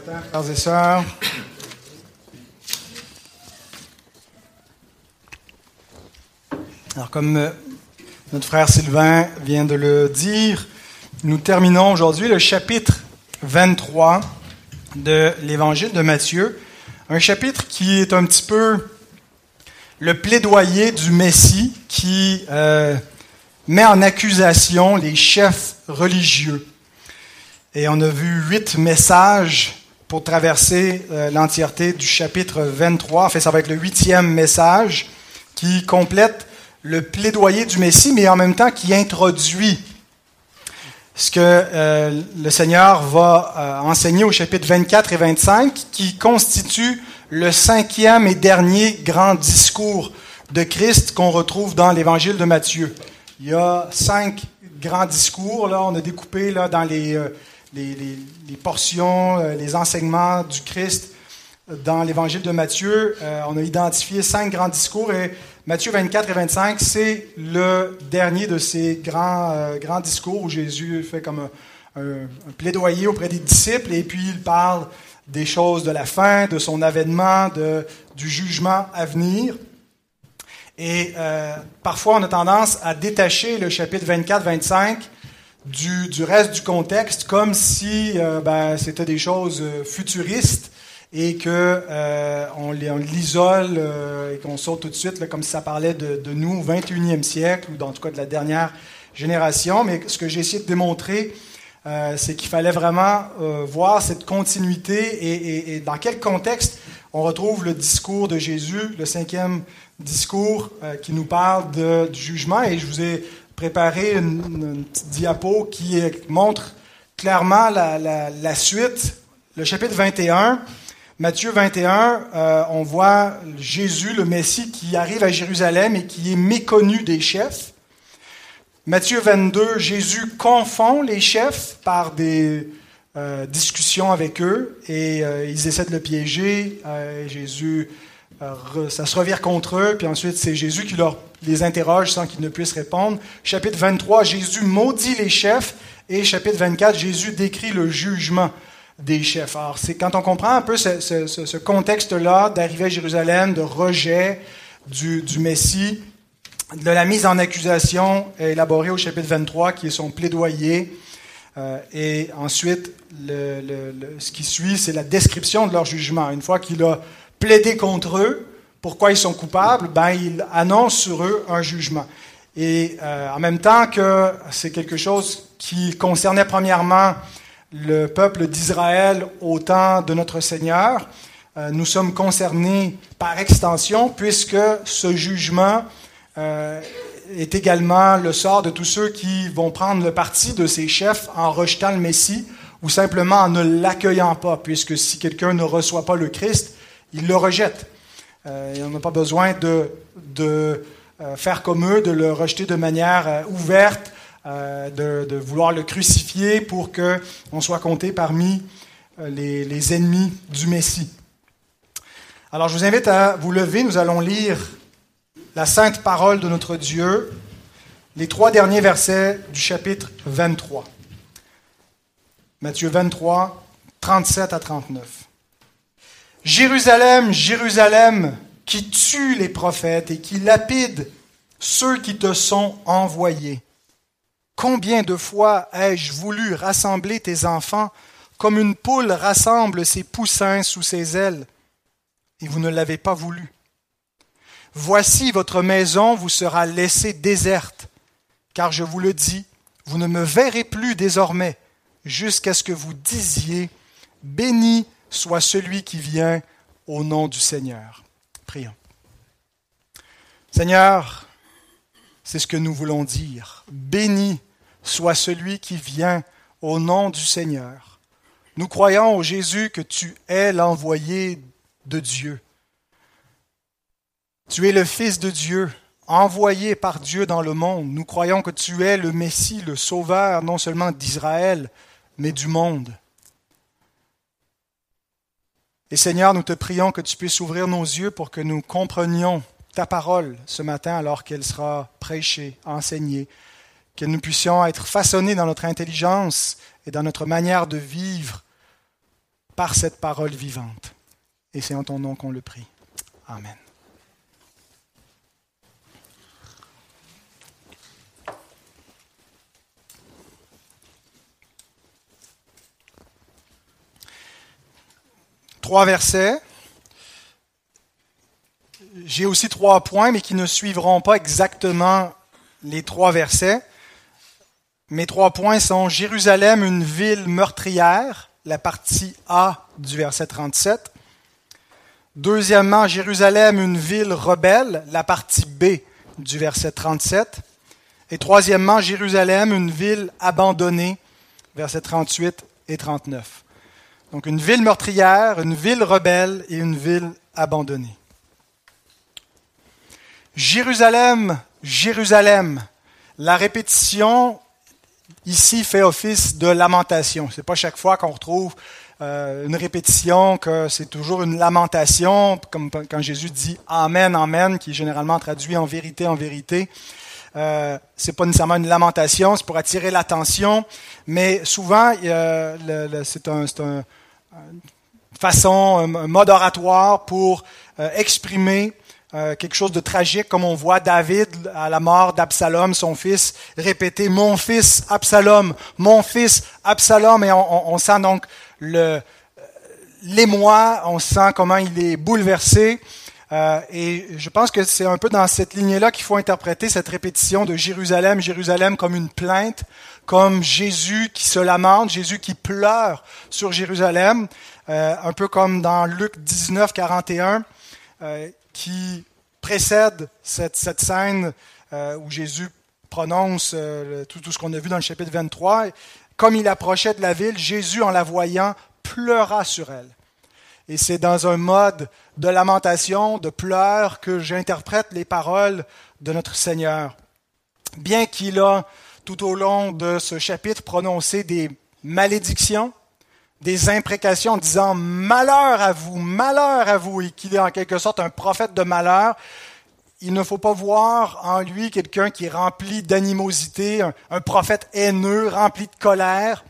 matin, frères et sœurs. Alors, comme notre frère Sylvain vient de le dire, nous terminons aujourd'hui le chapitre 23 de l'Évangile de Matthieu. Un chapitre qui est un petit peu le plaidoyer du Messie qui met en accusation les chefs religieux. Et on a vu 8 messages pour traverser l'entièreté du chapitre 23. En fait, ça va être le 8e message qui complète le plaidoyer du Messie, mais en même temps qui introduit ce que le Seigneur va enseigner au chapitre 24 et 25, qui constitue le 5e et dernier grand discours de Christ qu'on retrouve dans l'Évangile de Matthieu. Il y a 5 grands discours, là, on a découpé là, dans les portions, les enseignements du Christ dans l'Évangile de Matthieu. On a identifié 5 grands discours et Matthieu 24 et 25, c'est le dernier de ces grands discours où Jésus fait comme un plaidoyer auprès des disciples et puis il parle des choses de la fin, de son avènement, du jugement à venir. Et parfois, on a tendance à détacher le chapitre 24-25 du reste du contexte comme si c'était des choses futuristes et qu'on l'isole et qu'on saute tout de suite là, comme si ça parlait de nous au 21e siècle ou en tout cas de la dernière génération. Mais ce que j'ai essayé de démontrer, c'est qu'il fallait vraiment voir cette continuité et dans quel contexte on retrouve le discours de Jésus, le 5e discours qui nous parle du jugement. Et je vous ai préparé une petite diapo qui montre clairement la suite. Le chapitre 21, Matthieu 21, on voit Jésus, le Messie, qui arrive à Jérusalem et qui est méconnu des chefs. Matthieu 22, Jésus confond les chefs par des discussions avec eux et ils essaient de le piéger. Jésus, ça se revire contre eux, puis ensuite c'est Jésus qui les interroge sans qu'ils ne puissent répondre. Chapitre 23, Jésus maudit les chefs et chapitre 24, Jésus décrit le jugement des chefs. Alors, c'est quand on comprend un peu ce contexte-là d'arrivée à Jérusalem, de rejet du Messie, de la mise en accusation élaborée au chapitre 23, qui est son plaidoyer. Et ensuite, ce qui suit, c'est la description de leur jugement. Une fois qu'il a plaidé contre eux, pourquoi ils sont coupables, il annonce sur eux un jugement. Et en même temps que c'est quelque chose qui concernait premièrement le peuple d'Israël au temps de notre Seigneur, nous sommes concernés par extension, puisque ce jugement est également le sort de tous ceux qui vont prendre le parti de ces chefs en rejetant le Messie ou simplement en ne l'accueillant pas, puisque si quelqu'un ne reçoit pas le Christ, il le rejette. On n'a pas besoin de faire comme eux, de le rejeter de manière ouverte, de vouloir le crucifier pour qu'on soit compté parmi les ennemis du Messie. Alors je vous invite à vous lever, nous allons lire la sainte parole de notre Dieu, les 3 derniers versets du chapitre 23. Matthieu 23, 37 à 39. « Jérusalem, Jérusalem, qui tue les prophètes et qui lapide ceux qui te sont envoyés. Combien de fois ai-je voulu rassembler tes enfants comme une poule rassemble ses poussins sous ses ailes, et vous ne l'avez pas voulu. Voici votre maison vous sera laissée déserte, car je vous le dis, vous ne me verrez plus désormais, jusqu'à ce que vous disiez, béni soit celui qui vient au nom du Seigneur. » Prions. Seigneur, c'est ce que nous voulons dire. Béni soit celui qui vient au nom du Seigneur. Nous croyons, ô Jésus, que tu es l'envoyé de Dieu. Tu es le Fils de Dieu, envoyé par Dieu dans le monde. Nous croyons que tu es le Messie, le Sauveur, non seulement d'Israël, mais du monde. Et Seigneur, nous te prions que tu puisses ouvrir nos yeux pour que nous comprenions ta parole ce matin alors qu'elle sera prêchée, enseignée, que nous puissions être façonnés dans notre intelligence et dans notre manière de vivre par cette parole vivante. Et c'est en ton nom qu'on le prie. Amen. Trois versets. J'ai aussi 3 points, mais qui ne suivront pas exactement les 3 versets. Mes 3 points sont Jérusalem, une ville meurtrière, la partie A du verset 37. Deuxièmement, Jérusalem, une ville rebelle, la partie B du verset 37. Et troisièmement, Jérusalem, une ville abandonnée, versets 38 et 39. Donc une ville meurtrière, une ville rebelle et une ville abandonnée. Jérusalem, Jérusalem. La répétition ici fait office de lamentation. C'est pas chaque fois qu'on retrouve une répétition que c'est toujours une lamentation, comme quand Jésus dit Amen, Amen, qui est généralement traduit en vérité, en vérité. C'est pas nécessairement une lamentation, c'est pour attirer l'attention, mais souvent c'est une façon, un mode oratoire pour exprimer quelque chose de tragique, comme on voit David à la mort d'Absalom, son fils, répéter « Mon fils Absalom, mon fils Absalom », et on sent donc l'émoi, on sent comment il est bouleversé, et je pense que c'est un peu dans cette lignée-là qu'il faut interpréter cette répétition de Jérusalem, Jérusalem comme une plainte, comme Jésus qui se lamente, Jésus qui pleure sur Jérusalem, un peu comme dans Luc 19, 41, qui précède cette scène où Jésus prononce tout ce qu'on a vu dans le chapitre 23. Comme il approchait de la ville, Jésus, en la voyant, pleura sur elle. Et c'est dans un mode de lamentation, de pleurs, que j'interprète les paroles de notre Seigneur. Bien qu'il a, tout au long de ce chapitre, prononcé des malédictions, des imprécations en disant « malheur à vous » et qu'il est en quelque sorte un prophète de malheur, il ne faut pas voir en lui quelqu'un qui est rempli d'animosité, un prophète haineux, rempli de colère,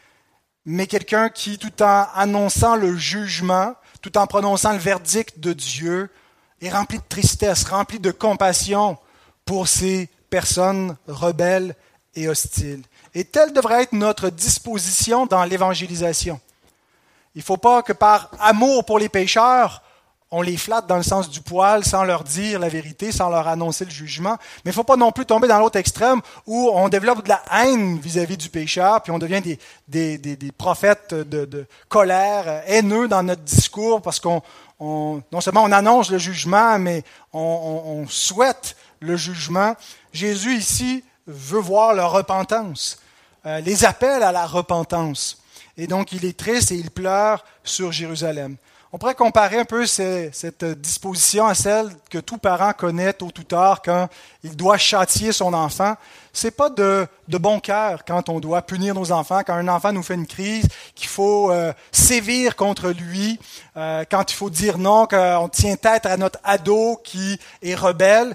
mais quelqu'un qui, tout en annonçant le jugement, tout en prononçant le verdict de Dieu, est rempli de tristesse, rempli de compassion pour ces personnes rebelles et hostiles. Et telle devrait être notre disposition dans l'évangélisation. Il ne faut pas que par amour pour les pécheurs, on les flatte dans le sens du poil sans leur dire la vérité, sans leur annoncer le jugement. Mais il ne faut pas non plus tomber dans l'autre extrême où on développe de la haine vis-à-vis du pécheur, puis on devient des prophètes de colère, haineux dans notre discours, parce qu'on non seulement on annonce le jugement, mais on souhaite le jugement. Jésus ici veut voir leur repentance, les appelle à la repentance. Et donc il est triste et il pleure sur Jérusalem. On pourrait comparer un peu cette disposition à celle que tout parent connaît tôt ou tard quand il doit châtier son enfant. C'est pas de bon cœur quand on doit punir nos enfants, quand un enfant nous fait une crise, qu'il faut sévir contre lui, quand il faut dire non, qu'on tient tête à notre ado qui est rebelle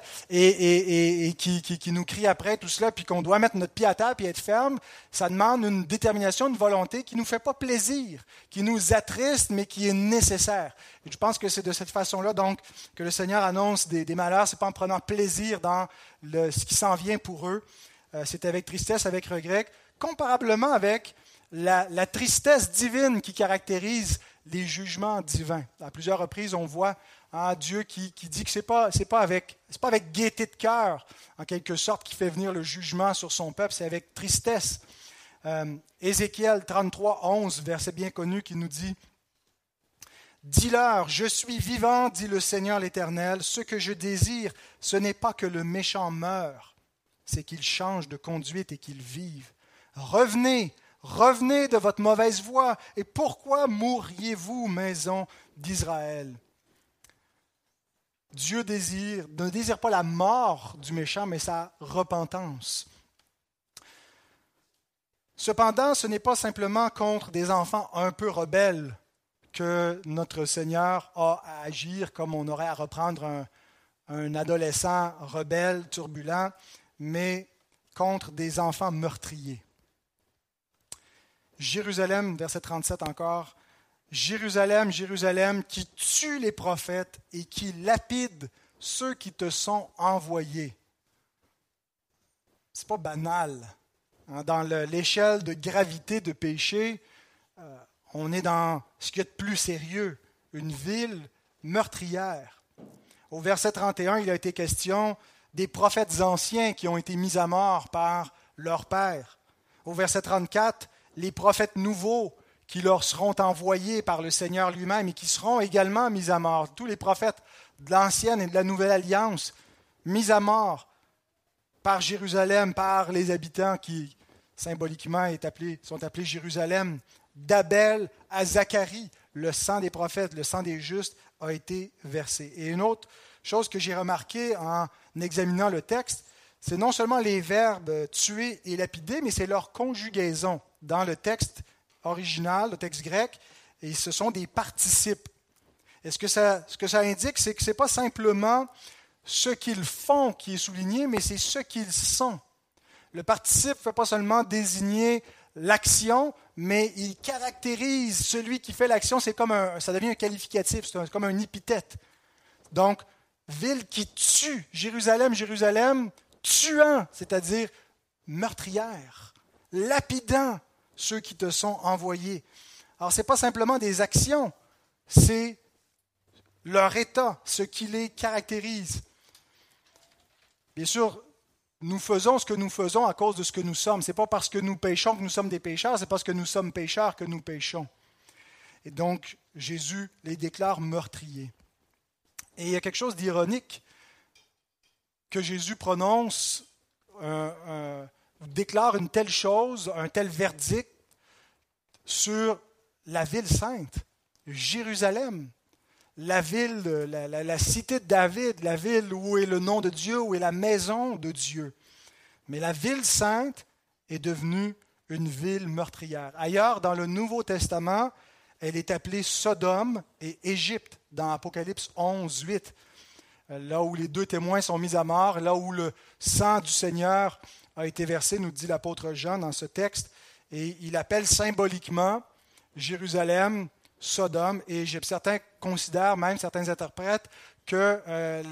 et qui nous crie après tout cela, puis qu'on doit mettre notre pied à terre et être ferme. Ça demande une détermination, une volonté qui nous fait pas plaisir, qui nous attriste, mais qui est nécessaire. Et je pense que c'est de cette façon-là donc que le Seigneur annonce des malheurs. C'est pas en prenant plaisir dans ce qui s'en vient pour eux. C'est avec tristesse, avec regret, comparablement avec la tristesse divine qui caractérise les jugements divins. À plusieurs reprises, on voit Dieu qui dit que c'est pas avec gaieté de cœur, en quelque sorte, qui fait venir le jugement sur son peuple, c'est avec tristesse. Ézéchiel 33, 11, verset bien connu qui nous dit « Dis-leur, je suis vivant, dit le Seigneur l'Éternel, ce que je désire, ce n'est pas que le méchant meure, c'est qu'il change de conduite et qu'il vive. Revenez, revenez de votre mauvaise voie, et pourquoi mourriez-vous, maison d'Israël ?» Dieu ne désire pas la mort du méchant, mais sa repentance. Cependant, ce n'est pas simplement contre des enfants un peu rebelles que notre Seigneur a à agir comme on aurait à reprendre un adolescent rebelle, turbulent, mais contre des enfants meurtriers. Jérusalem, verset 37 encore, Jérusalem, Jérusalem, qui tue les prophètes et qui lapide ceux qui te sont envoyés. C'est pas banal. Dans l'échelle de gravité de péché, on est dans ce qu'il y a de plus sérieux, une ville meurtrière. Au verset 31, il a été question des prophètes anciens qui ont été mis à mort par leur père. Au verset 34, les prophètes nouveaux qui leur seront envoyés par le Seigneur lui-même et qui seront également mis à mort. Tous les prophètes de l'Ancienne et de la Nouvelle Alliance mis à mort par Jérusalem, par les habitants qui, symboliquement, sont appelés Jérusalem. D'Abel à Zacharie, le sang des prophètes, le sang des justes a été versé. Et une autre chose que j'ai remarqué en examinant le texte, c'est non seulement les verbes tuer et lapider, mais c'est leur conjugaison dans le texte original, le texte grec, et ce sont des participes. Et ce que ça indique, c'est que ce n'est pas simplement ce qu'ils font qui est souligné, mais c'est ce qu'ils sont. Le participe ne fait pas seulement désigner l'action, mais il caractérise celui qui fait l'action. Ça devient un qualificatif, c'est comme un épithète. Donc, ville qui tue, Jérusalem, Jérusalem, tuant, c'est-à-dire meurtrière, lapidant ceux qui te sont envoyés. Alors, ce n'est pas simplement des actions, c'est leur état, ce qui les caractérise. Bien sûr, nous faisons ce que nous faisons à cause de ce que nous sommes. Ce n'est pas parce que nous péchons que nous sommes des pécheurs, c'est parce que nous sommes pécheurs que nous péchons. Et donc, Jésus les déclare meurtriers. Et il y a quelque chose d'ironique que Jésus prononce, déclare une telle chose, un tel verdict sur la ville sainte, Jérusalem. La ville, la cité de David, la ville où est le nom de Dieu, où est la maison de Dieu. Mais la ville sainte est devenue une ville meurtrière. Ailleurs, dans le Nouveau Testament, elle est appelée Sodome et Égypte, dans Apocalypse 11, 8. Là où les deux témoins sont mis à mort, là où le sang du Seigneur a été versé, nous dit l'apôtre Jean dans ce texte. Et il appelle symboliquement Jérusalem, Sodome et Égypte. Certains considèrent, même certains interprètent, que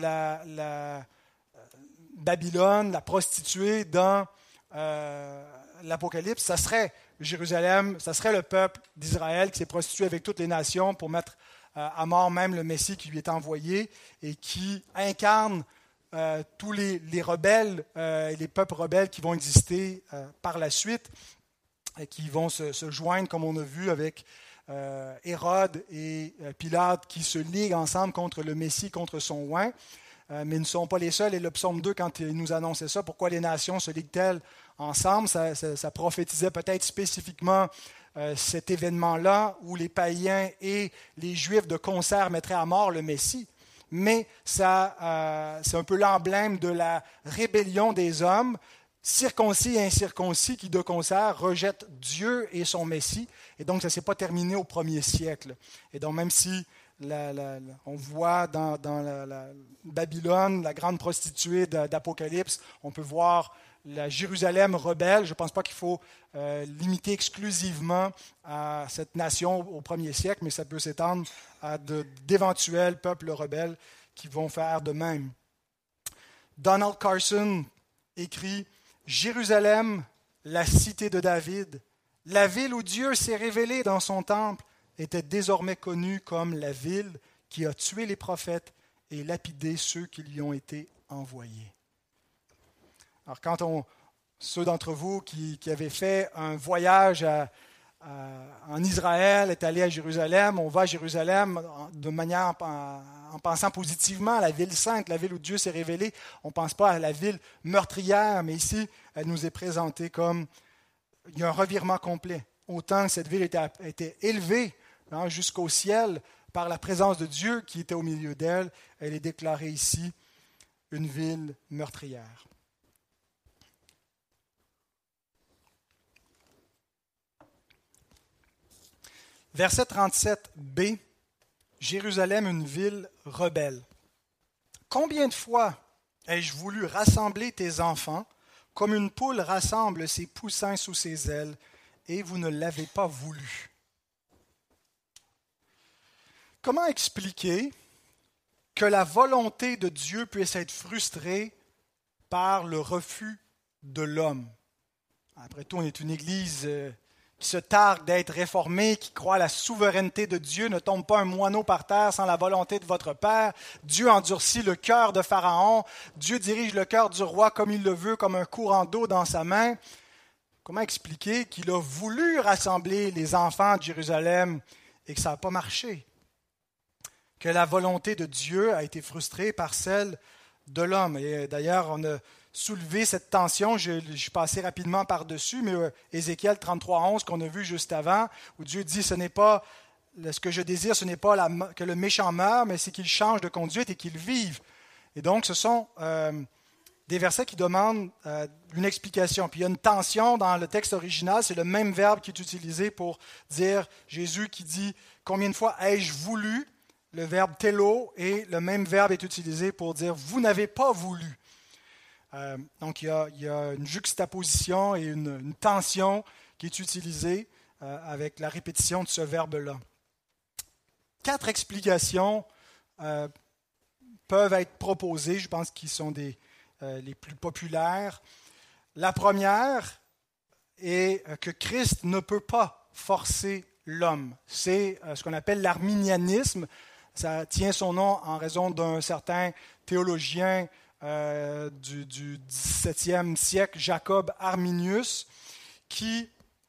la Babylone, la prostituée dans l'Apocalypse, ça serait Jérusalem, ça serait le peuple d'Israël qui s'est prostitué avec toutes les nations pour mettre à mort même le Messie qui lui est envoyé et qui incarne tous les rebelles, les peuples rebelles qui vont exister par la suite et qui vont se joindre, comme on a vu, avec Hérode et Pilate qui se liguent ensemble contre le Messie, contre son oint. Mais ils ne sont pas les seuls. Et le psaume 2, quand il nous annonçait ça, pourquoi les nations se liguent-elles ensemble, ça prophétisait peut-être spécifiquement cet événement-là où les païens et les Juifs de concert mettraient à mort le Messie. Mais c'est un peu l'emblème de la rébellion des hommes, circoncis et incirconcis, qui de concert rejettent Dieu et son Messie. Et donc, ça ne s'est pas terminé au 1er siècle. Et donc, même si on voit dans la Babylone, la grande prostituée d'Apocalypse, on peut voir la Jérusalem rebelle. Je ne pense pas qu'il faut limiter exclusivement à cette nation au 1er siècle, mais ça peut s'étendre à d'éventuels peuples rebelles qui vont faire de même. Donald Carson écrit « Jérusalem, la cité de David, la ville où Dieu s'est révélé dans son temple, était désormais connue comme la ville qui a tué les prophètes et lapidé ceux qui lui ont été envoyés. » Alors, ceux d'entre vous qui avaient fait un voyage en Israël, est allé à Jérusalem, on va à Jérusalem de manière en pensant positivement à la ville sainte, la ville où Dieu s'est révélé. On ne pense pas à la ville meurtrière, mais ici, elle nous est présentée comme il y a un revirement complet. Autant que cette ville était élevée jusqu'au ciel par la présence de Dieu qui était au milieu d'elle, elle est déclarée ici une ville meurtrière. Verset 37b, Jérusalem, une ville rebelle. Combien de fois ai-je voulu rassembler tes enfants, comme une poule rassemble ses poussins sous ses ailes, et vous ne l'avez pas voulu. Comment expliquer que la volonté de Dieu puisse être frustrée par le refus de l'homme? Après tout, on est une Église qui se targue d'être réformée, qui croit à la souveraineté de Dieu. Ne tombe pas un moineau par terre sans la volonté de votre Père. Dieu endurcit le cœur de Pharaon. Dieu dirige le cœur du roi comme il le veut, comme un courant d'eau dans sa main. Comment expliquer qu'il a voulu rassembler les enfants de Jérusalem et que ça n'a pas marché? Que la volonté de Dieu a été frustrée par celle de l'homme. Et d'ailleurs, on a soulevé cette tension, je suis passé rapidement par-dessus, mais Ézéchiel 33:11 qu'on a vu juste avant, où Dieu dit, ce n'est pas, ce que je désire, ce n'est pas que le méchant meure, mais c'est qu'il change de conduite et qu'il vive. Et donc, ce sont des versets qui demandent une explication. Puis il y a une tension dans le texte original, c'est le même verbe qui est utilisé pour dire Jésus qui dit « Combien de fois ai-je voulu ?» Le verbe « télo » et le même verbe est utilisé pour dire « Vous n'avez pas voulu ». Donc il y a une juxtaposition et une tension qui est utilisée avec la répétition de ce verbe-là. 4 explications peuvent être proposées, je pense qu'ils sont les plus populaires. La première est que Christ ne peut pas forcer l'homme. C'est ce qu'on appelle l'arminianisme. Ça tient son nom en raison d'un certain théologien du XVIIe siècle, Jacob Arminius, qui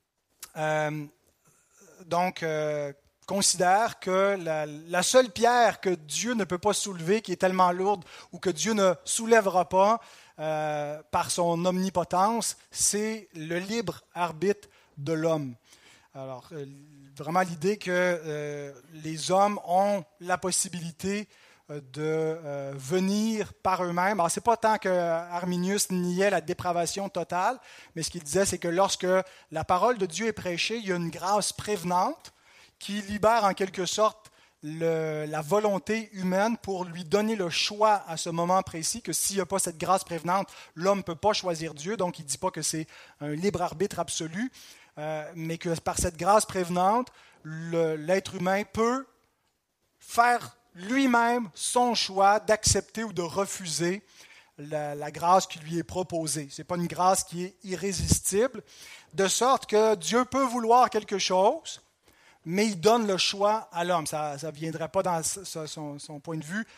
considère que la seule pierre que Dieu ne peut pas soulever, qui est tellement lourde, ou que Dieu ne soulèvera pas par son omnipotence, c'est le libre arbitre de l'homme. Alors, vraiment l'idée que les hommes ont la possibilité de venir par eux-mêmes. Alors, ce n'est pas tant que Arminius niait la dépravation totale, mais ce qu'il disait, c'est que lorsque la parole de Dieu est prêchée, il y a une grâce prévenante qui libère en quelque sorte la volonté humaine pour lui donner le choix à ce moment précis, que s'il n'y a pas cette grâce prévenante, l'homme ne peut pas choisir Dieu, donc il ne dit pas que c'est un libre arbitre absolu, mais que par cette grâce prévenante, l'être humain peut faire lui-même son choix d'accepter ou de refuser la grâce qui lui est proposée. Ce n'est pas une grâce qui est irrésistible, de sorte que Dieu peut vouloir quelque chose, mais il donne le choix à l'homme. Ça ne viendrait pas dans son point de vue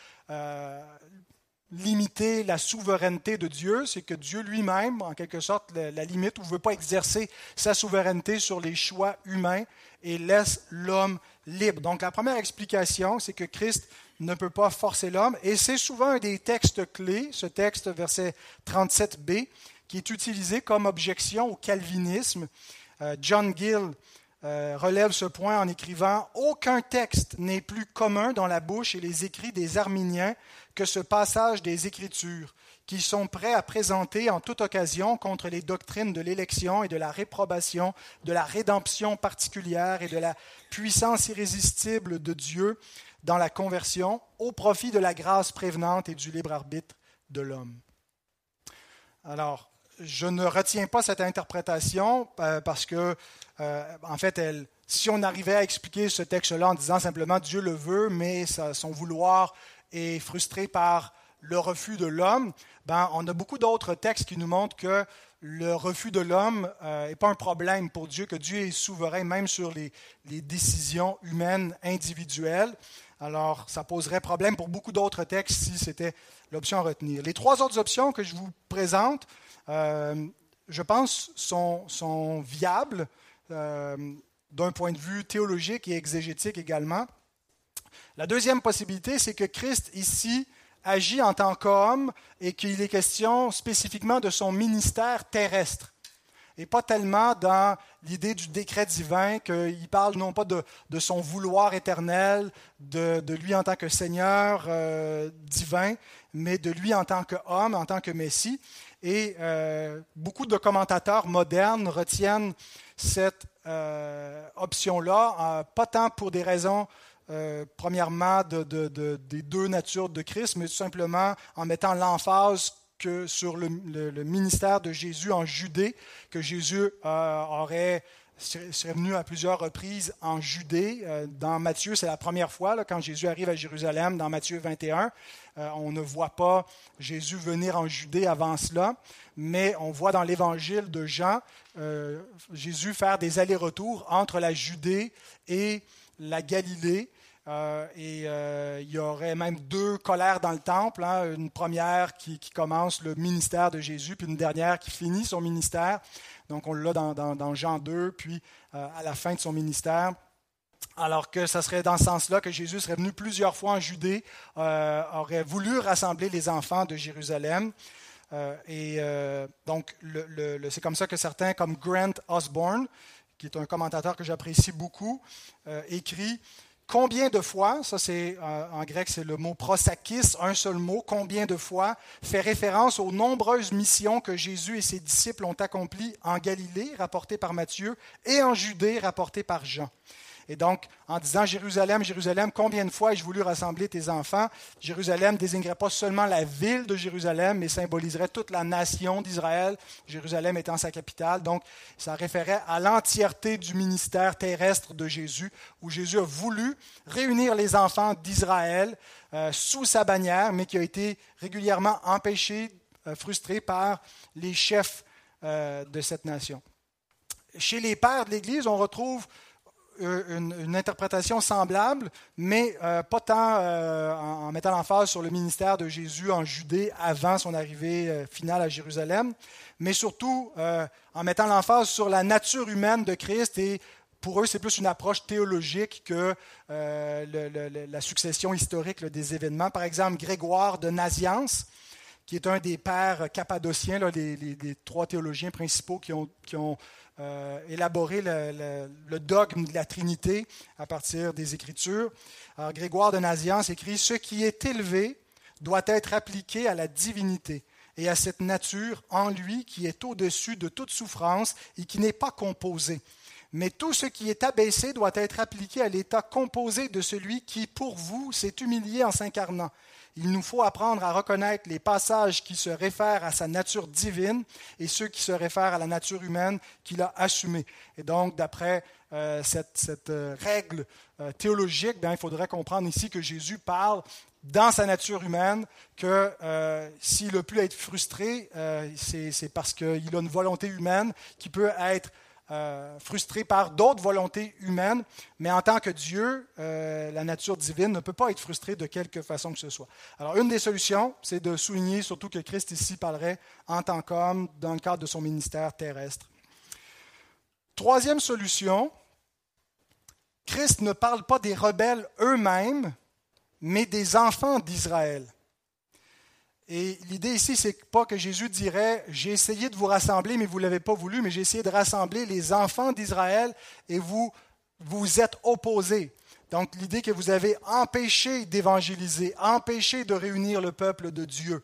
limiter la souveraineté de Dieu, c'est que Dieu lui-même, en quelque sorte, la limite, ou ne veut pas exercer sa souveraineté sur les choix humains et laisse l'homme libre. Donc la première explication, c'est que Christ ne peut pas forcer l'homme, et c'est souvent un des textes clés, ce texte, verset 37b, qui est utilisé comme objection au calvinisme. John Gill relève ce point en écrivant « Aucun texte n'est plus commun dans la bouche et les écrits des arminiens que ce passage des Écritures, qu'ils sont prêts à présenter en toute occasion contre les doctrines de l'élection et de la réprobation, de la rédemption particulière et de la puissance irrésistible de Dieu dans la conversion, au profit de la grâce prévenante et du libre arbitre de l'homme. » Alors, je ne retiens pas cette interprétation parce que, en fait, si on arrivait à expliquer ce texte-là en disant simplement Dieu le veut, mais son vouloir est frustré par le refus de l'homme, on a beaucoup d'autres textes qui nous montrent que le refus de l'homme n'est pas un problème pour Dieu, que Dieu est souverain même sur les décisions humaines individuelles. Alors, ça poserait problème pour beaucoup d'autres textes si c'était l'option à retenir. Les 3 autres options que je vous présente, je pense, sont viables d'un point de vue théologique et exégétique également. La deuxième possibilité, c'est que Christ, ici, agit en tant qu'homme et qu'il est question spécifiquement de son ministère terrestre. Et pas tellement dans l'idée du décret divin, qu'il parle non pas de son vouloir éternel, de lui en tant que Seigneur divin, mais de lui en tant qu'homme, en tant que Messie. Et beaucoup de commentateurs modernes retiennent cette option-là, pas tant pour des raisons, premièrement, des 2 natures de Christ, mais tout simplement en mettant l'emphase que sur le ministère de Jésus en Judée, que Jésus aurait serait venu à plusieurs reprises en Judée. Dans Matthieu, c'est la première fois, là, quand Jésus arrive à Jérusalem, dans Matthieu 21. On ne voit pas Jésus venir en Judée avant cela, mais on voit dans l'évangile de Jean, Jésus faire des allers-retours entre la Judée et la Galilée. Il y aurait même 2 colères dans le temple, hein, une première qui commence le ministère de Jésus, puis une dernière qui finit son ministère. Donc on l'a dans Jean 2, puis à la fin de son ministère. Alors que ce serait dans ce sens-là que Jésus serait venu plusieurs fois en Judée, aurait voulu rassembler les enfants de Jérusalem. Donc c'est comme ça que certains, comme Grant Osborne, qui est un commentateur que j'apprécie beaucoup, écrit « Combien de fois », ça c'est en grec c'est le mot prosakis, un seul mot, « combien de fois » fait référence aux nombreuses missions que Jésus et ses disciples ont accomplies en Galilée, rapportées par Matthieu, et en Judée, rapportées par Jean. Et donc, en disant « Jérusalem, Jérusalem, combien de fois ai-je voulu rassembler tes enfants ?» Jérusalem désignerait pas seulement la ville de Jérusalem, mais symboliserait toute la nation d'Israël, Jérusalem étant sa capitale. Donc, ça référait à l'entièreté du ministère terrestre de Jésus, où Jésus a voulu réunir les enfants d'Israël sous sa bannière, mais qui a été régulièrement empêché, frustré par les chefs de cette nation. Chez les pères de l'Église, on retrouve une interprétation semblable, mais pas tant en mettant l'emphase sur le ministère de Jésus en Judée avant son arrivée finale à Jérusalem, mais surtout en mettant l'emphase sur la nature humaine de Christ. Et pour eux, c'est plus une approche théologique que la succession historique des événements. Par exemple, Grégoire de Nazianze, qui est un des pères cappadociens, les 3 théologiens principaux qui ont élaboré le dogme de la Trinité à partir des Écritures. Alors, Grégoire de Nazianze écrit « Ce qui est élevé doit être appliqué à la divinité et à cette nature en lui qui est au-dessus de toute souffrance et qui n'est pas composée. Mais tout ce qui est abaissé doit être appliqué à l'état composé de celui qui, pour vous, s'est humilié en s'incarnant. Il nous faut apprendre à reconnaître les passages qui se réfèrent à sa nature divine et ceux qui se réfèrent à la nature humaine qu'il a assumée. » Et donc, d'après cette règle théologique, il faudrait comprendre ici que Jésus parle dans sa nature humaine que s'il a pu être frustré, c'est parce qu'il a une volonté humaine qui peut être frustré par d'autres volontés humaines, mais en tant que Dieu, la nature divine ne peut pas être frustrée de quelque façon que ce soit. Alors, une des solutions, c'est de souligner surtout que Christ ici parlerait en tant qu'homme dans le cadre de son ministère terrestre. 3e solution, Christ ne parle pas des rebelles eux-mêmes, mais des enfants d'Israël. Et l'idée ici, c'est pas que Jésus dirait « J'ai essayé de vous rassembler, mais vous ne l'avez pas voulu, mais j'ai essayé de rassembler les enfants d'Israël et vous êtes opposés. » Donc, l'idée que vous avez empêché d'évangéliser, empêché de réunir le peuple de Dieu.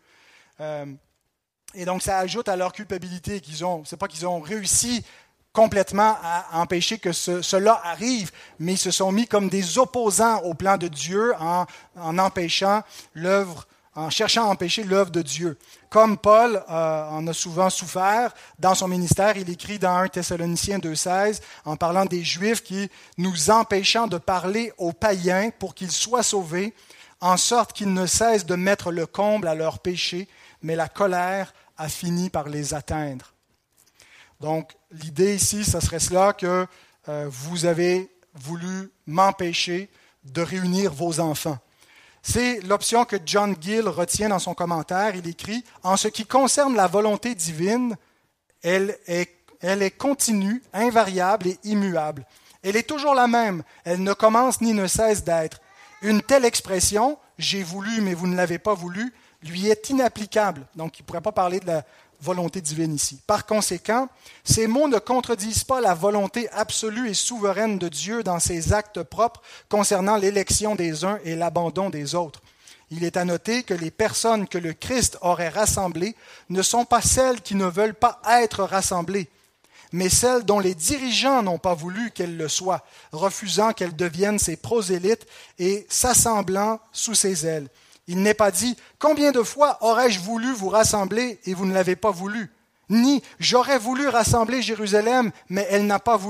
Et donc, ça ajoute à leur culpabilité c'est pas qu'ils ont réussi complètement à empêcher que cela arrive, mais ils se sont mis comme des opposants au plan de Dieu en empêchant l'œuvre, en cherchant à empêcher l'œuvre de Dieu. Comme Paul en a souvent souffert dans son ministère, il écrit dans 1 Thessaloniciens 2,16, en parlant des Juifs qui nous empêchant de parler aux païens pour qu'ils soient sauvés, en sorte qu'ils ne cessent de mettre le comble à leurs péchés, mais la colère a fini par les atteindre. Donc, l'idée ici, ce serait cela que vous avez voulu m'empêcher de réunir vos enfants. C'est l'option que John Gill retient dans son commentaire. Il écrit « En ce qui concerne la volonté divine, elle est continue, invariable et immuable. Elle est toujours la même. Elle ne commence ni ne cesse d'être. Une telle expression, « j'ai voulu, mais vous ne l'avez pas voulu », lui est inapplicable. » Donc, il ne pourrait pas parler de la volonté divine ici. Par conséquent, ces mots ne contredisent pas la volonté absolue et souveraine de Dieu dans ses actes propres concernant l'élection des uns et l'abandon des autres. Il est à noter que les personnes que le Christ aurait rassemblées ne sont pas celles qui ne veulent pas être rassemblées, mais celles dont les dirigeants n'ont pas voulu qu'elles le soient, refusant qu'elles deviennent ses prosélytes et s'assemblant sous ses ailes. Il n'est pas dit « Combien de fois aurais-je voulu vous rassembler et vous ne l'avez pas voulu ?» Ni « J'aurais voulu rassembler Jérusalem, mais elle n'a pas voulu. »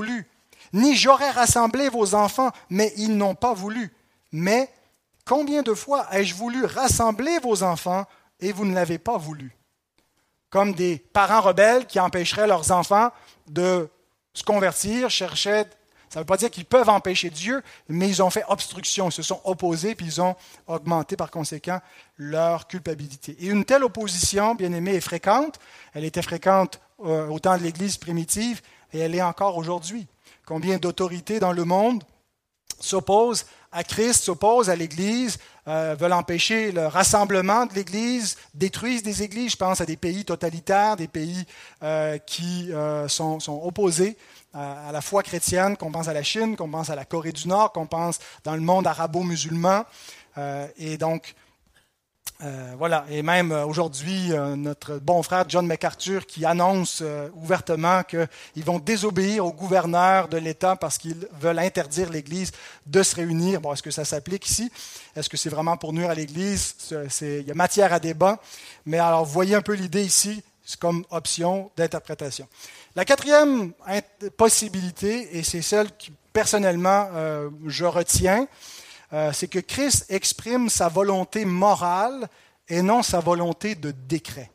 Ni j'aurais rassemblé vos enfants, mais ils n'ont pas voulu. Mais combien de fois ai-je voulu rassembler vos enfants et vous ne l'avez pas voulu? » Comme des parents rebelles qui empêcheraient leurs enfants de se convertir, cherchaient. Ça ne veut pas dire qu'ils peuvent empêcher Dieu, mais ils ont fait obstruction, ils se sont opposés, puis ils ont augmenté par conséquent leur culpabilité. Et une telle opposition, bien aimée, est fréquente. Elle était fréquente au temps de l'Église primitive, et elle est encore aujourd'hui. Combien d'autorités dans le monde s'opposent à Christ, s'opposent à l'Église, veulent empêcher le rassemblement de l'Église, détruisent des églises. Je pense à des pays totalitaires, des pays qui sont opposés à la foi chrétienne, qu'on pense à la Chine, qu'on pense à la Corée du Nord, qu'on pense dans le monde arabo-musulman. Et donc, voilà. Et même aujourd'hui, notre bon frère John MacArthur qui annonce ouvertement qu'ils vont désobéir au gouverneur de l'État parce qu'ils veulent interdire l'Église de se réunir. Bon, est-ce que ça s'applique ici? Est-ce que c'est vraiment pour nuire à l'Église? Il y a matière à débat. Mais alors, vous voyez un peu l'idée ici, c'est comme option d'interprétation. La quatrième possibilité, et c'est celle que personnellement je retiens, c'est que Christ exprime sa volonté morale et non sa volonté de décret.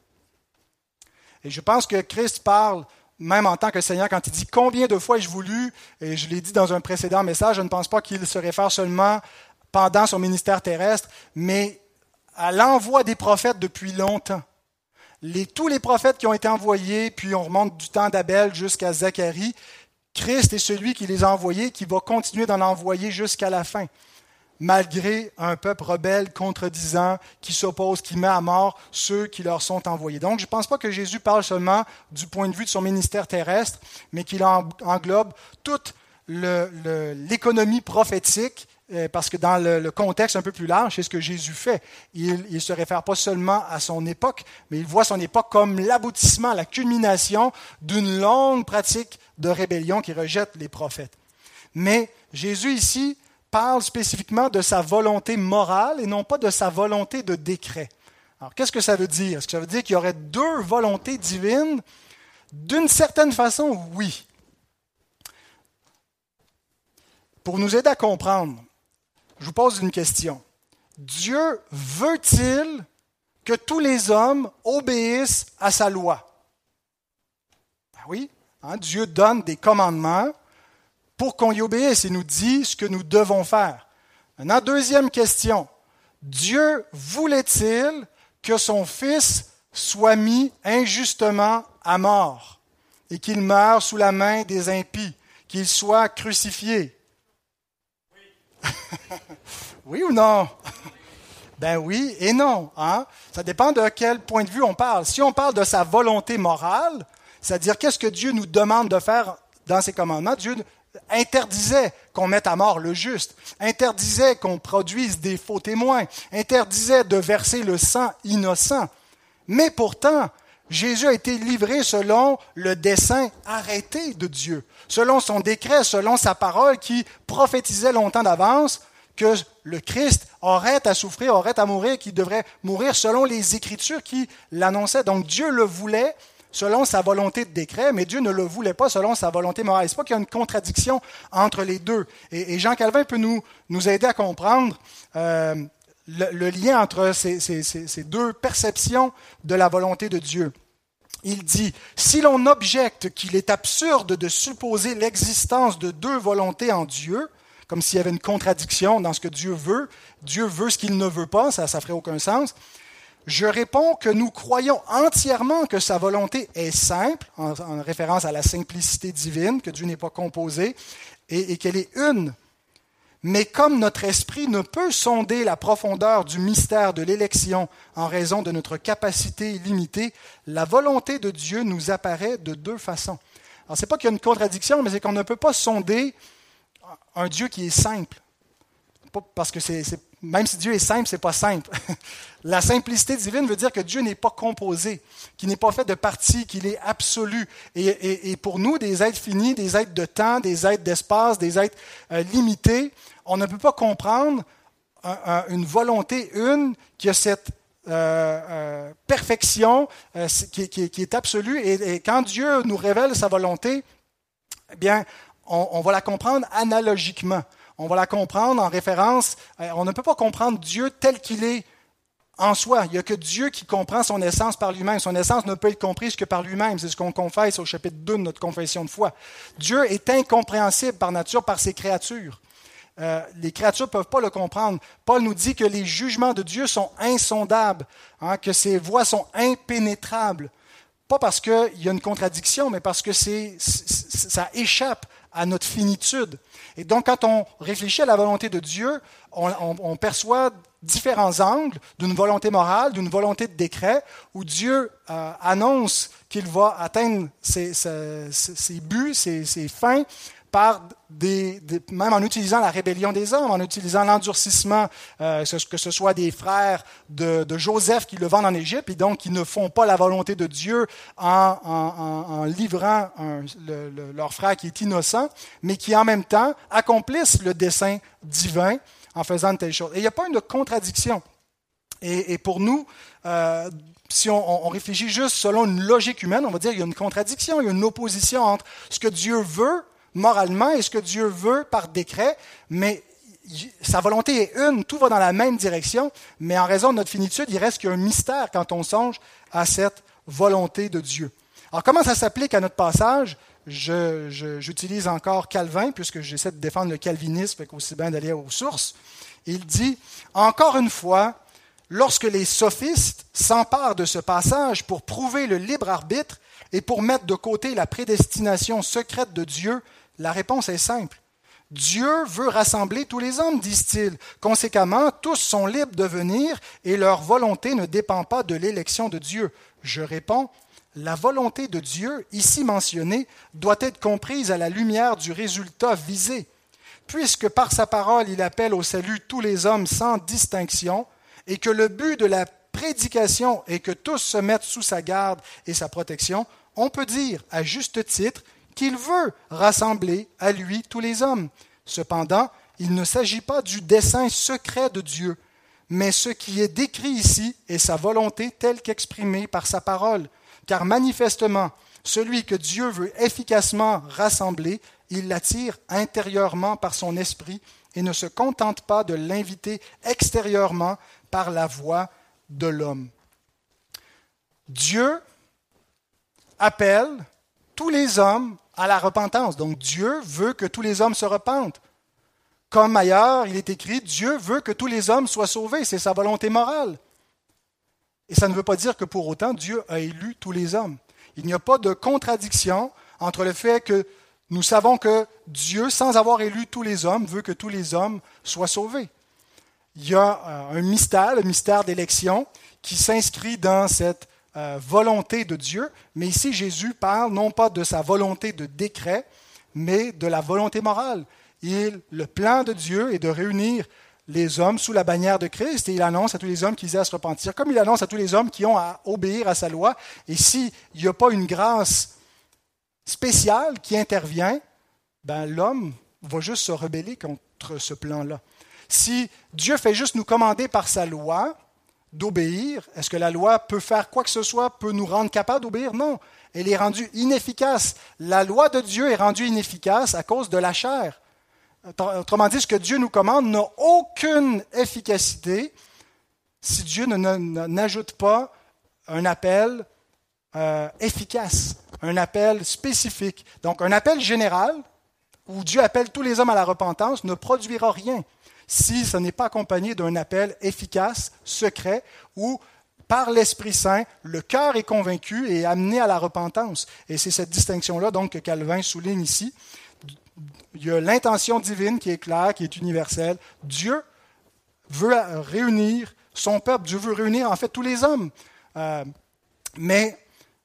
Et je pense que Christ parle, même en tant que Seigneur, quand il dit « Combien de fois ai-je voulu ?» et je l'ai dit dans un précédent message, je ne pense pas qu'il se réfère seulement pendant son ministère terrestre, mais à l'envoi des prophètes depuis longtemps. Tous les prophètes qui ont été envoyés, puis on remonte du temps d'Abel jusqu'à Zacharie, Christ est celui qui les a envoyés, qui va continuer d'en envoyer jusqu'à la fin, malgré un peuple rebelle, contredisant, qui s'oppose, qui met à mort ceux qui leur sont envoyés. Donc, je ne pense pas que Jésus parle seulement du point de vue de son ministère terrestre, mais qu'il englobe toute l'économie prophétique, parce que dans le contexte un peu plus large, c'est ce que Jésus fait. Il ne se réfère pas seulement à son époque, mais il voit son époque comme l'aboutissement, la culmination d'une longue pratique de rébellion qui rejette les prophètes. Mais Jésus ici parle spécifiquement de sa volonté morale et non pas de sa volonté de décret. Alors, qu'est-ce que ça veut dire? Est-ce que ça veut dire qu'il y aurait deux volontés divines? D'une certaine façon, oui. Pour nous aider à comprendre, je vous pose une question. Dieu veut-il que tous les hommes obéissent à sa loi? Ben oui, Dieu donne des commandements pour qu'on y obéisse. Il nous dit ce que nous devons faire. Maintenant, deuxième question. Dieu voulait-il que son Fils soit mis injustement à mort et qu'il meure sous la main des impies, qu'il soit crucifié? Oui ou non? Ben oui et non. Ça dépend de quel point de vue on parle. Si on parle de sa volonté morale, c'est-à-dire qu'est-ce que Dieu nous demande de faire dans ses commandements, Dieu interdisait qu'on mette à mort le juste, interdisait qu'on produise des faux témoins, interdisait de verser le sang innocent. Mais pourtant, Jésus a été livré selon le dessein arrêté de Dieu, selon son décret, selon sa parole qui prophétisait longtemps d'avance que le Christ aurait à souffrir, aurait à mourir, qu'il devrait mourir selon les Écritures qui l'annonçaient. Donc Dieu le voulait selon sa volonté de décret, mais Dieu ne le voulait pas selon sa volonté morale. Ce n'est pas qu'il y a une contradiction entre les deux. Et Jean Calvin peut nous aider à comprendre le lien entre ces deux perceptions de la volonté de Dieu. Il dit, si l'on objecte qu'il est absurde de supposer l'existence de deux volontés en Dieu, comme s'il y avait une contradiction dans ce que Dieu veut ce qu'il ne veut pas, ça ne ferait aucun sens. Je réponds que nous croyons entièrement que sa volonté est simple, en référence à la simplicité divine, que Dieu n'est pas composé, et qu'elle est une. Mais comme notre esprit ne peut sonder la profondeur du mystère de l'élection en raison de notre capacité limitée, la volonté de Dieu nous apparaît de deux façons. Alors, ce n'est pas qu'il y a une contradiction, mais c'est qu'on ne peut pas sonder un Dieu qui est simple. Parce que même si Dieu est simple, ce n'est pas simple. La simplicité divine veut dire que Dieu n'est pas composé, qu'il n'est pas fait de parties, qu'il est absolu. Et pour nous, des êtres finis, des êtres de temps, des êtres d'espace, des êtres limités, on ne peut pas comprendre une volonté une qui a cette perfection qui est absolue. Et quand Dieu nous révèle sa volonté, eh bien, on va la comprendre analogiquement. On va la comprendre en référence. On ne peut pas comprendre Dieu tel qu'il est en soi. Il n'y a que Dieu qui comprend son essence par lui-même. Son essence ne peut être comprise que par lui-même. C'est ce qu'on confesse au chapitre 2 de notre confession de foi. Dieu est incompréhensible par nature par ses créatures. Les créatures ne peuvent pas le comprendre. Paul nous dit que les jugements de Dieu sont insondables, que ses voies sont impénétrables. Pas parce qu'il y a une contradiction, mais parce que ça échappe à notre finitude. Et donc, quand on réfléchit à la volonté de Dieu, on perçoit différents angles d'une volonté morale, d'une volonté de décret, où Dieu annonce qu'il va atteindre ses buts, ses fins, même en utilisant la rébellion des hommes, en utilisant l'endurcissement, que ce soit des frères de Joseph qui le vendent en Égypte, et donc qui ne font pas la volonté de Dieu en livrant leur frère qui est innocent, mais qui en même temps accomplissent le dessein divin en faisant de telles choses. Et il n'y a pas une contradiction. Et pour nous, si on réfléchit juste selon une logique humaine, on va dire qu'il y a une contradiction, il y a une opposition entre ce que Dieu veut moralement et ce que Dieu veut par décret, mais sa volonté est une, tout va dans la même direction, mais en raison de notre finitude, il reste qu'il y a un mystère quand on songe à cette volonté de Dieu. Alors comment ça s'applique à notre passage? J'utilise encore Calvin, puisque j'essaie de défendre le calvinisme, fait qu'aussi bien d'aller aux sources. Il dit, encore une fois, lorsque les sophistes s'emparent de ce passage pour prouver le libre arbitre et pour mettre de côté la prédestination secrète de Dieu, la réponse est simple. Dieu veut rassembler tous les hommes, disent-ils. Conséquemment, tous sont libres de venir et leur volonté ne dépend pas de l'élection de Dieu. Je réponds, la volonté de Dieu, ici mentionnée, doit être comprise à la lumière du résultat visé. Puisque par sa parole, il appelle au salut tous les hommes sans distinction et que le but de la prédication est que tous se mettent sous sa garde et sa protection, on peut dire, à juste titre, qu'il veut rassembler à lui tous les hommes. Cependant, il ne s'agit pas du dessein secret de Dieu, mais ce qui est décrit ici est sa volonté telle qu'exprimée par sa parole. Car manifestement, celui que Dieu veut efficacement rassembler, il l'attire intérieurement par son esprit et ne se contente pas de l'inviter extérieurement par la voix de l'homme. Dieu appelle tous les hommes à la repentance. Donc Dieu veut que tous les hommes se repentent. Comme ailleurs, il est écrit, Dieu veut que tous les hommes soient sauvés. C'est sa volonté morale. Et ça ne veut pas dire que pour autant, Dieu a élu tous les hommes. Il n'y a pas de contradiction entre le fait que nous savons que Dieu, sans avoir élu tous les hommes, veut que tous les hommes soient sauvés. Il y a un mystère, le mystère d'élection, qui s'inscrit dans cette volonté de Dieu, mais ici Jésus parle non pas de sa volonté de décret, mais de la volonté morale. Le plan de Dieu est de réunir les hommes sous la bannière de Christ et il annonce à tous les hommes qu'ils aient à se repentir, comme il annonce à tous les hommes qui ont à obéir à sa loi. Et s'il n'y a pas une grâce spéciale qui intervient, l'homme va juste se rebeller contre ce plan-là. Si Dieu fait juste nous commander par sa loi d'obéir, est-ce que la loi peut faire quoi que ce soit, peut nous rendre capables d'obéir? Non, elle est rendue inefficace. La loi de Dieu est rendue inefficace à cause de la chair. Autrement dit, ce que Dieu nous commande n'a aucune efficacité si Dieu n'ajoute pas un appel efficace, un appel spécifique. Donc, un appel général où Dieu appelle tous les hommes à la repentance ne produira rien si ce n'est pas accompagné d'un appel efficace, secret, où par l'Esprit Saint, le cœur est convaincu et amené à la repentance. Et c'est cette distinction-là donc que Calvin souligne ici. Il y a l'intention divine qui est claire, qui est universelle. Dieu veut réunir son peuple, Dieu veut réunir en fait tous les hommes. Mais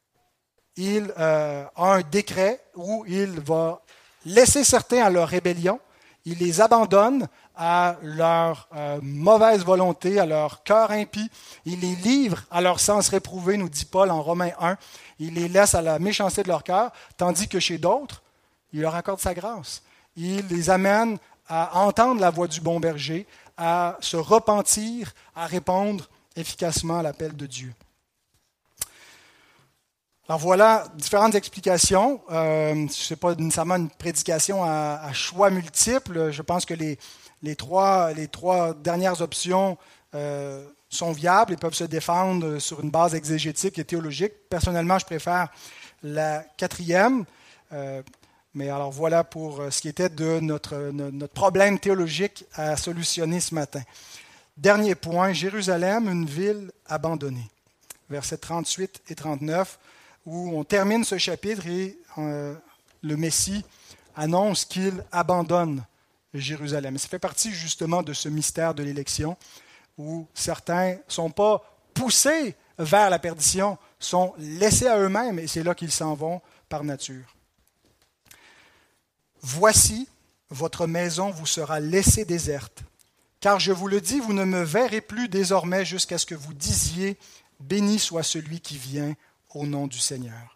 il a un décret où il va laisser certains à leur rébellion, il les abandonne à leur mauvaise volonté, à leur cœur impie. Il les livre à leur sens réprouvé, nous dit Paul en Romains 1. Il les laisse à la méchanceté de leur cœur, tandis que chez d'autres, il leur accorde sa grâce. Il les amène à entendre la voix du bon berger, à se repentir, à répondre efficacement à l'appel de Dieu. Alors voilà différentes explications. Ce n'est pas nécessairement une prédication à choix multiples. Je pense que les trois dernières options sont viables et peuvent se défendre sur une base exégétique et théologique. Personnellement, je préfère la quatrième. Mais alors voilà pour ce qui était de notre problème théologique à solutionner ce matin. Dernier point, Jérusalem, une ville abandonnée. Versets 38 et 39, où on termine ce chapitre et le Messie annonce qu'il abandonne Jérusalem. Ça fait partie justement de ce mystère de l'élection, où certains ne sont pas poussés vers la perdition, sont laissés à eux-mêmes, et c'est là qu'ils s'en vont par nature. Voici, votre maison vous sera laissée déserte, car je vous le dis, vous ne me verrez plus désormais jusqu'à ce que vous disiez, béni soit celui qui vient au nom du Seigneur.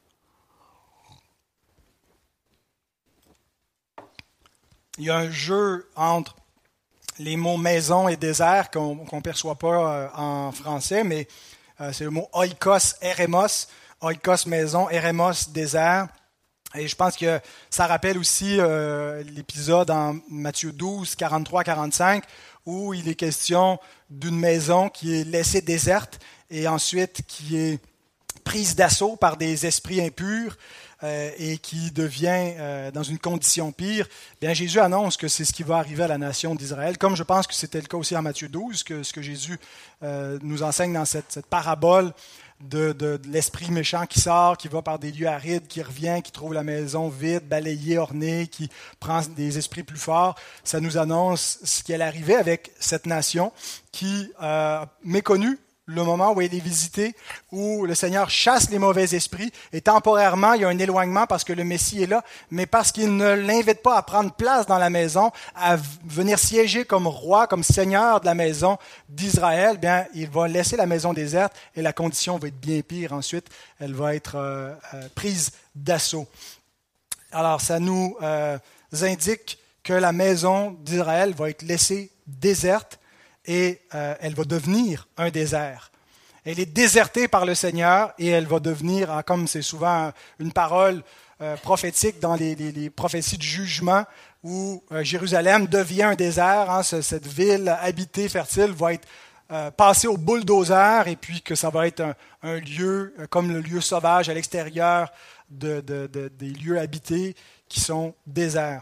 Il y a un jeu entre les mots maison et désert qu'on ne perçoit pas en français, mais c'est le mot oikos, eremos, oikos maison, eremos désert. Et je pense que ça rappelle aussi l'épisode en Matthieu 12, 43-45, où il est question d'une maison qui est laissée déserte et ensuite qui est prise d'assaut par des esprits impurs et qui devient dans une condition pire. Bien, Jésus annonce que c'est ce qui va arriver à la nation d'Israël, comme je pense que c'était le cas aussi en Matthieu 12, ce que Jésus nous enseigne dans cette parabole de l'esprit méchant qui sort, qui va par des lieux arides, qui revient, qui trouve la maison vide, balayée, ornée, qui prend des esprits plus forts. Ça nous annonce ce qui allait arriver avec cette nation qui a méconnu le moment où elle est visitée, où le Seigneur chasse les mauvais esprits, et temporairement, il y a un éloignement parce que le Messie est là, mais parce qu'il ne l'invite pas à prendre place dans la maison, à venir siéger comme roi, comme seigneur de la maison d'Israël, bien, il va laisser la maison déserte, et la condition va être bien pire. Ensuite, elle va être prise d'assaut. Alors, ça nous indique que la maison d'Israël va être laissée déserte, et elle va devenir un désert. Elle est désertée par le Seigneur et elle va devenir, comme c'est souvent une parole prophétique dans les prophéties de jugement, où Jérusalem devient un désert, cette ville habitée, fertile, va être passée au bulldozer, et puis que ça va être un lieu comme le lieu sauvage à l'extérieur des lieux habités qui sont déserts.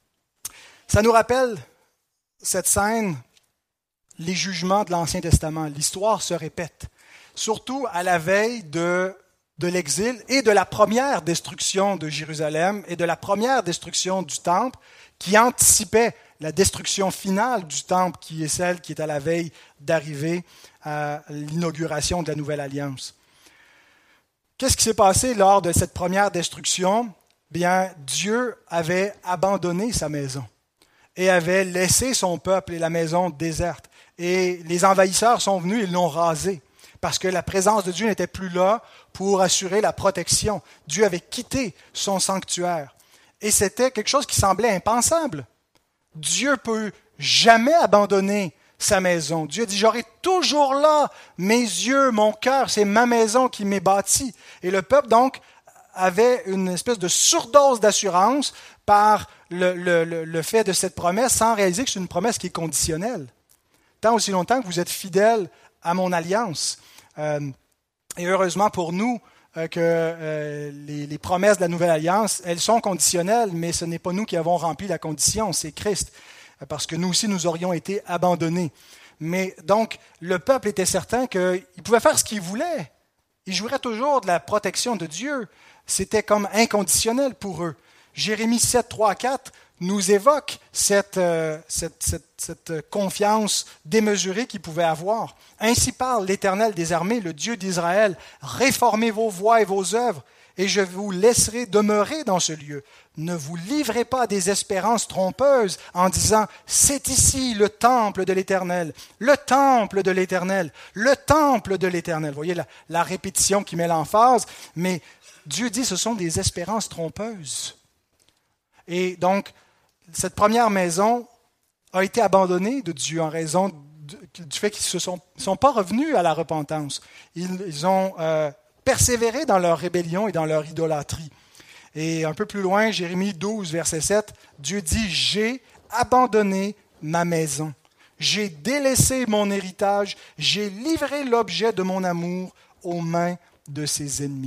Ça nous rappelle cette scène, les jugements de l'Ancien Testament. L'histoire se répète, surtout à la veille de l'exil et de la première destruction de Jérusalem et de la première destruction du Temple, qui anticipait la destruction finale du Temple, qui est celle qui est à la veille d'arriver à l'inauguration de la Nouvelle Alliance. Qu'est-ce qui s'est passé lors de cette première destruction? Bien, Dieu avait abandonné sa maison et avait laissé son peuple et la maison déserte. Et les envahisseurs sont venus et l'ont rasé, parce que la présence de Dieu n'était plus là pour assurer la protection. Dieu avait quitté son sanctuaire. Et c'était quelque chose qui semblait impensable. Dieu peut jamais abandonner sa maison. Dieu dit, j'aurai toujours là mes yeux, mon cœur, c'est ma maison qui m'est bâtie. Et le peuple, donc, avait une espèce de surdose d'assurance par le fait de cette promesse, sans réaliser que c'est une promesse qui est conditionnelle. Tant aussi longtemps que vous êtes fidèles à mon alliance. Et heureusement pour nous que les promesses de la Nouvelle Alliance, elles sont conditionnelles, mais ce n'est pas nous qui avons rempli la condition, c'est Christ, parce que nous aussi, nous aurions été abandonnés. Mais donc, le peuple était certain qu'il pouvait faire ce qu'il voulait. Il jouirait toujours de la protection de Dieu. C'était comme inconditionnel pour eux. Jérémie 7, 3 à 4 nous évoque cette confiance démesurée qu'ils pouvaient avoir. Ainsi parle l'Éternel des armées, le Dieu d'Israël. Réformez vos voies et vos œuvres, et je vous laisserai demeurer dans ce lieu. Ne vous livrez pas à des espérances trompeuses en disant « C'est ici le temple de l'Éternel, le temple de l'Éternel, le temple de l'Éternel. » Vous voyez la répétition qui met l'emphase, mais Dieu dit « Ce sont des espérances trompeuses. » Et donc, cette première maison a été abandonnée de Dieu en raison du fait qu'ils ne sont pas revenus à la repentance. Ils ont persévérer dans leur rébellion et dans leur idolâtrie. Et un peu plus loin, Jérémie 12, verset 7, Dieu dit « J'ai abandonné ma maison. J'ai délaissé mon héritage. J'ai livré l'objet de mon amour aux mains de ses ennemis. »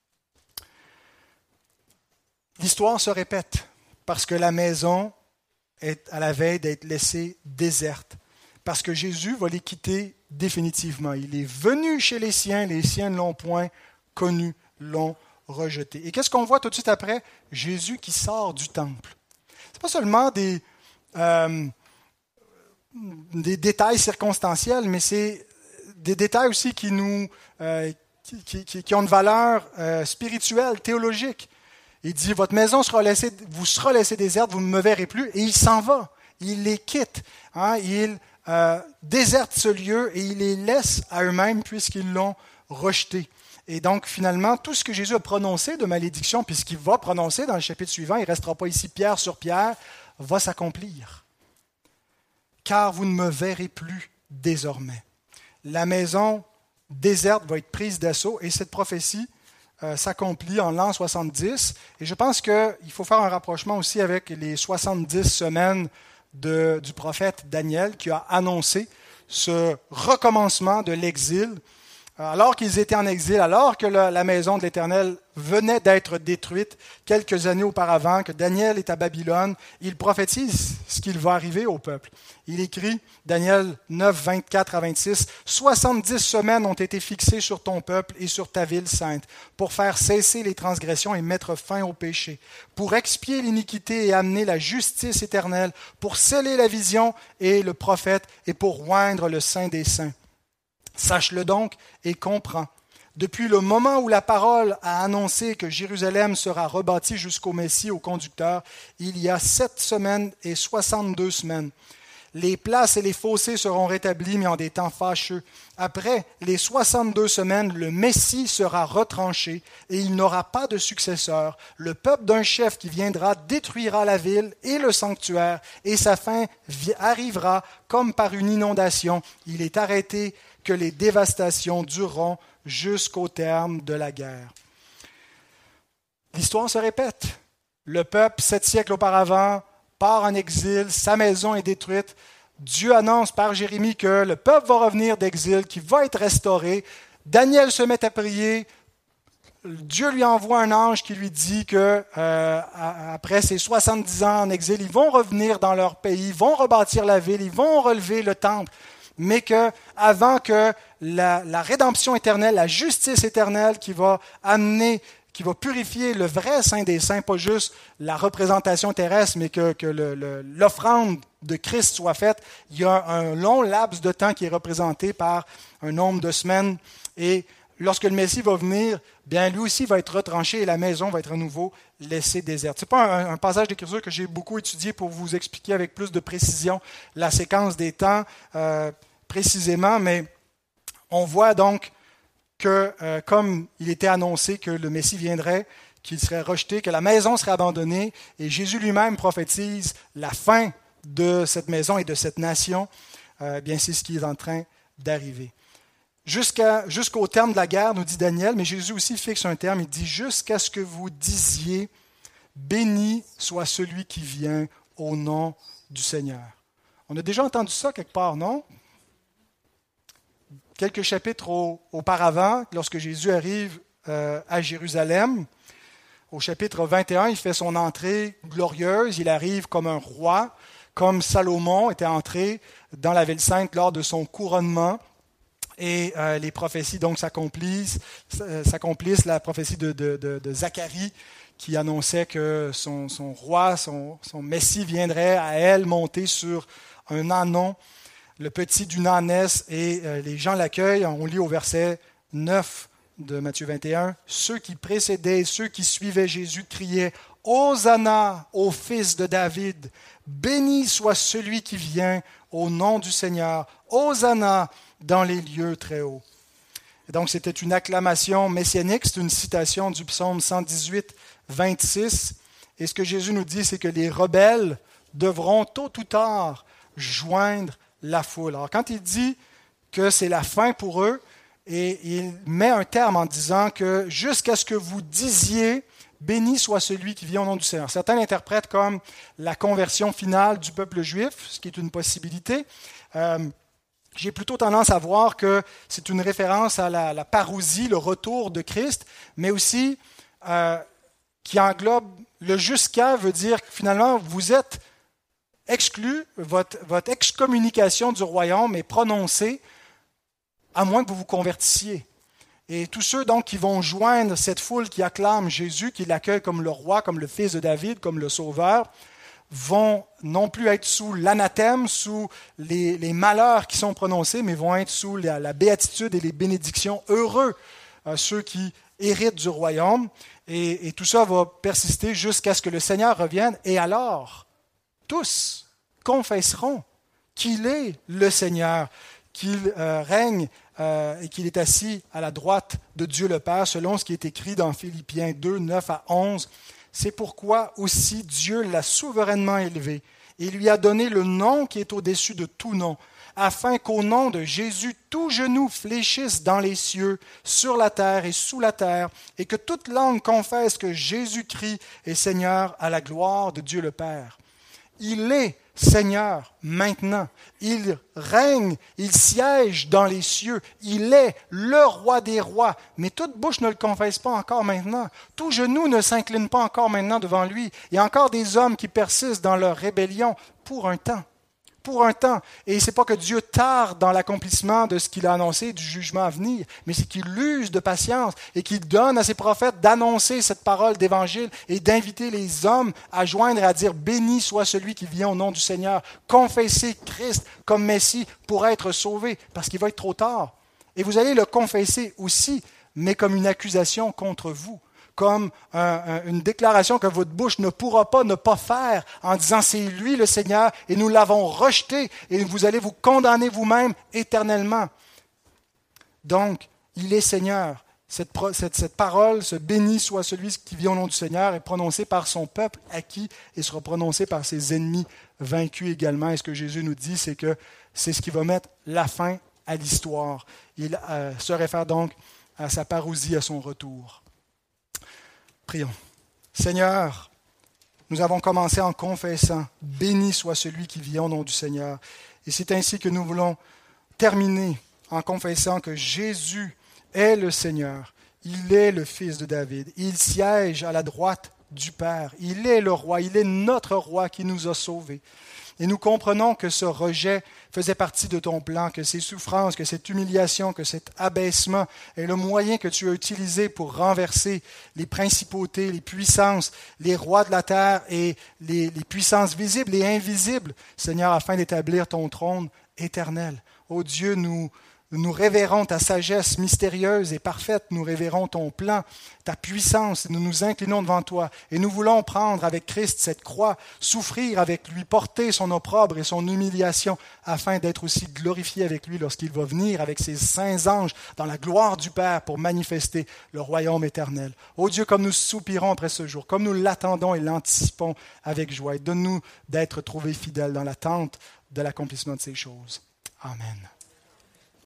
L'histoire se répète parce que la maison est à la veille d'être laissée déserte. Parce que Jésus va les quitter définitivement. Il est venu chez les siens ne l'ont point connu, l'ont rejeté. Et qu'est-ce qu'on voit tout de suite après? Jésus qui sort du temple. Ce n'est pas seulement des détails circonstanciels, mais c'est des détails aussi qui ont une valeur spirituelle, théologique. Il dit, votre maison vous sera laissée déserte, vous ne me verrez plus. Et il s'en va. Il les quitte. Il déserte ce lieu et il les laisse à eux-mêmes puisqu'ils l'ont rejeté. Et donc, finalement, tout ce que Jésus a prononcé de malédiction, puis ce qu'il va prononcer dans le chapitre suivant, il ne restera pas ici pierre sur pierre, va s'accomplir. Car vous ne me verrez plus désormais. La maison déserte va être prise d'assaut et cette prophétie s'accomplit en l'an 70. Et je pense qu'il faut faire un rapprochement aussi avec les 70 semaines du prophète Daniel qui a annoncé ce recommencement de l'exil. Alors qu'ils étaient en exil, alors que la maison de l'Éternel venait d'être détruite quelques années auparavant, que Daniel est à Babylone, il prophétise ce qu'il va arriver au peuple. Il écrit, Daniel 9, 24 à 26, « 70 semaines ont été fixées sur ton peuple et sur ta ville sainte, pour faire cesser les transgressions et mettre fin au péché, pour expier l'iniquité et amener la justice éternelle, pour sceller la vision et le prophète et pour oindre le Saint des saints. Sache-le donc et comprends. Depuis le moment où la parole a annoncé que Jérusalem sera rebâtie jusqu'au Messie, au conducteur, il y a 7 semaines et 62 semaines. Les places et les fossés seront rétablis, mais en des temps fâcheux. Après les 62 semaines, le Messie sera retranché et il n'aura pas de successeur. Le peuple d'un chef qui viendra détruira la ville et le sanctuaire, et sa fin arrivera comme par une inondation. Il est arrêté que les dévastations dureront jusqu'au terme de la guerre. L'histoire se répète. Le peuple, 7 siècles auparavant, part en exil, sa maison est détruite. Dieu annonce par Jérémie que le peuple va revenir d'exil, qu'il va être restauré. Daniel se met à prier. Dieu lui envoie un ange qui lui dit que après ces 70 ans en exil, ils vont revenir dans leur pays, ils vont rebâtir la ville, ils vont relever le temple. Mais qu'avant que la rédemption éternelle, la justice éternelle qui va purifier le vrai Saint des Saints, pas juste la représentation terrestre, mais que l'offrande de Christ soit faite, il y a un long laps de temps qui est représenté par un nombre de semaines. Et lorsque le Messie va venir, bien lui aussi va être retranché et la maison va être à nouveau laissée déserte. Ce n'est pas un passage d'Écriture que j'ai beaucoup étudié pour vous expliquer avec plus de précision la séquence des temps précisément, mais on voit donc que comme il était annoncé que le Messie viendrait, qu'il serait rejeté, que la maison serait abandonnée, et Jésus lui-même prophétise la fin de cette maison et de cette nation, bien c'est ce qui est en train d'arriver. Jusqu'au terme de la guerre, nous dit Daniel, mais Jésus aussi fixe un terme, il dit « Jusqu'à ce que vous disiez, béni soit celui qui vient au nom du Seigneur. » On a déjà entendu ça quelque part, non? Quelques chapitres auparavant, lorsque Jésus arrive à Jérusalem, au chapitre 21, il fait son entrée glorieuse, il arrive comme un roi, comme Salomon était entré dans la ville sainte lors de son couronnement. Et les prophéties donc s'accomplissent, la prophétie de Zacharie qui annonçait que son roi, son Messie viendrait à elle monter sur un ânon, le petit d'une ânesse, et les gens l'accueillent. On lit au verset 9 de Matthieu 21, « Ceux qui précédaient, ceux qui suivaient Jésus criaient « Hosanna au fils de David, béni soit celui qui vient au nom du Seigneur, Hosanna dans les lieux très hauts. » Et donc c'était une acclamation messianique, c'est une citation du psaume 118, 26. Et ce que Jésus nous dit, c'est que les rebelles devront tôt ou tard joindre la foule. Alors quand il dit que c'est la fin pour eux, Et il met un terme en disant que jusqu'à ce que vous disiez « Béni soit celui qui vient au nom du Seigneur ». Certains l'interprètent comme la conversion finale du peuple juif, ce qui est une possibilité. J'ai plutôt tendance à voir que c'est une référence à la parousie, le retour de Christ, mais aussi qui englobe le jusqu'à veut dire que finalement vous êtes exclu, votre excommunication du royaume est prononcée à moins que vous vous convertissiez. Et tous ceux donc qui vont joindre cette foule qui acclame Jésus, qui l'accueille comme le roi, comme le fils de David, comme le sauveur, vont non plus être sous l'anathème, sous les malheurs qui sont prononcés, mais vont être sous la béatitude et les bénédictions. Heureux ceux qui héritent du royaume. Et tout ça va persister jusqu'à ce que le Seigneur revienne. Et alors, tous confesseront qu'il est le Seigneur, qu'il règne et qu'il est assis à la droite de Dieu le Père, selon ce qui est écrit dans Philippiens 2, 9 à 11. C'est pourquoi aussi Dieu l'a souverainement élevé et lui a donné le nom qui est au-dessus de tout nom, afin qu'au nom de Jésus, tout genou fléchisse dans les cieux, sur la terre et sous la terre, et que toute langue confesse que Jésus-Christ est Seigneur à la gloire de Dieu le Père. Il est Seigneur maintenant. Il règne, il siège dans les cieux. Il est le roi des rois. Mais toute bouche ne le confesse pas encore maintenant. Tout genou ne s'incline pas encore maintenant devant lui. Il y a encore des hommes qui persistent dans leur rébellion pour un temps. Pour un temps. Et ce n'est pas que Dieu tarde dans l'accomplissement de ce qu'il a annoncé, du jugement à venir, mais c'est qu'il use de patience et qu'il donne à ses prophètes d'annoncer cette parole d'évangile et d'inviter les hommes à joindre et à dire « Béni soit celui qui vient au nom du Seigneur ». Confessez Christ comme Messie pour être sauvé, parce qu'il va être trop tard. Et vous allez le confesser aussi, mais comme une accusation contre vous. Comme une déclaration que votre bouche ne pourra pas ne pas faire en disant « c'est lui le Seigneur et nous l'avons rejeté et vous allez vous condamner vous-même éternellement ». Donc, il est Seigneur. Cette parole, ce « béni soit celui qui vient au nom du Seigneur » est prononcée par son peuple acquis et sera prononcée par ses ennemis vaincus également. Et ce que Jésus nous dit, c'est que c'est ce qui va mettre la fin à l'histoire. Il se réfère donc à sa parousie, à son retour. Prions. Seigneur, nous avons commencé en confessant « Béni soit celui qui vient au nom du Seigneur ». Et c'est ainsi que nous voulons terminer en confessant que Jésus est le Seigneur. Il est le Fils de David. Il siège à la droite du Père. Il est le roi. Il est notre roi qui nous a sauvés. Et nous comprenons que ce rejet faisait partie de ton plan, que ces souffrances, que cette humiliation, que cet abaissement est le moyen que tu as utilisé pour renverser les principautés, les puissances, les rois de la terre et les puissances visibles et invisibles, Seigneur, afin d'établir ton trône éternel. Ô Dieu, nous révérons ta sagesse mystérieuse et parfaite, nous révérons ton plan, ta puissance, nous nous inclinons devant toi et nous voulons prendre avec Christ cette croix, souffrir avec lui, porter son opprobre et son humiliation afin d'être aussi glorifié avec lui lorsqu'il va venir avec ses saints anges dans la gloire du Père pour manifester le royaume éternel. Ô Dieu, comme nous soupirons après ce jour, comme nous l'attendons et l'anticipons avec joie, donne-nous d'être trouvés fidèles dans l'attente de l'accomplissement de ces choses. Amen.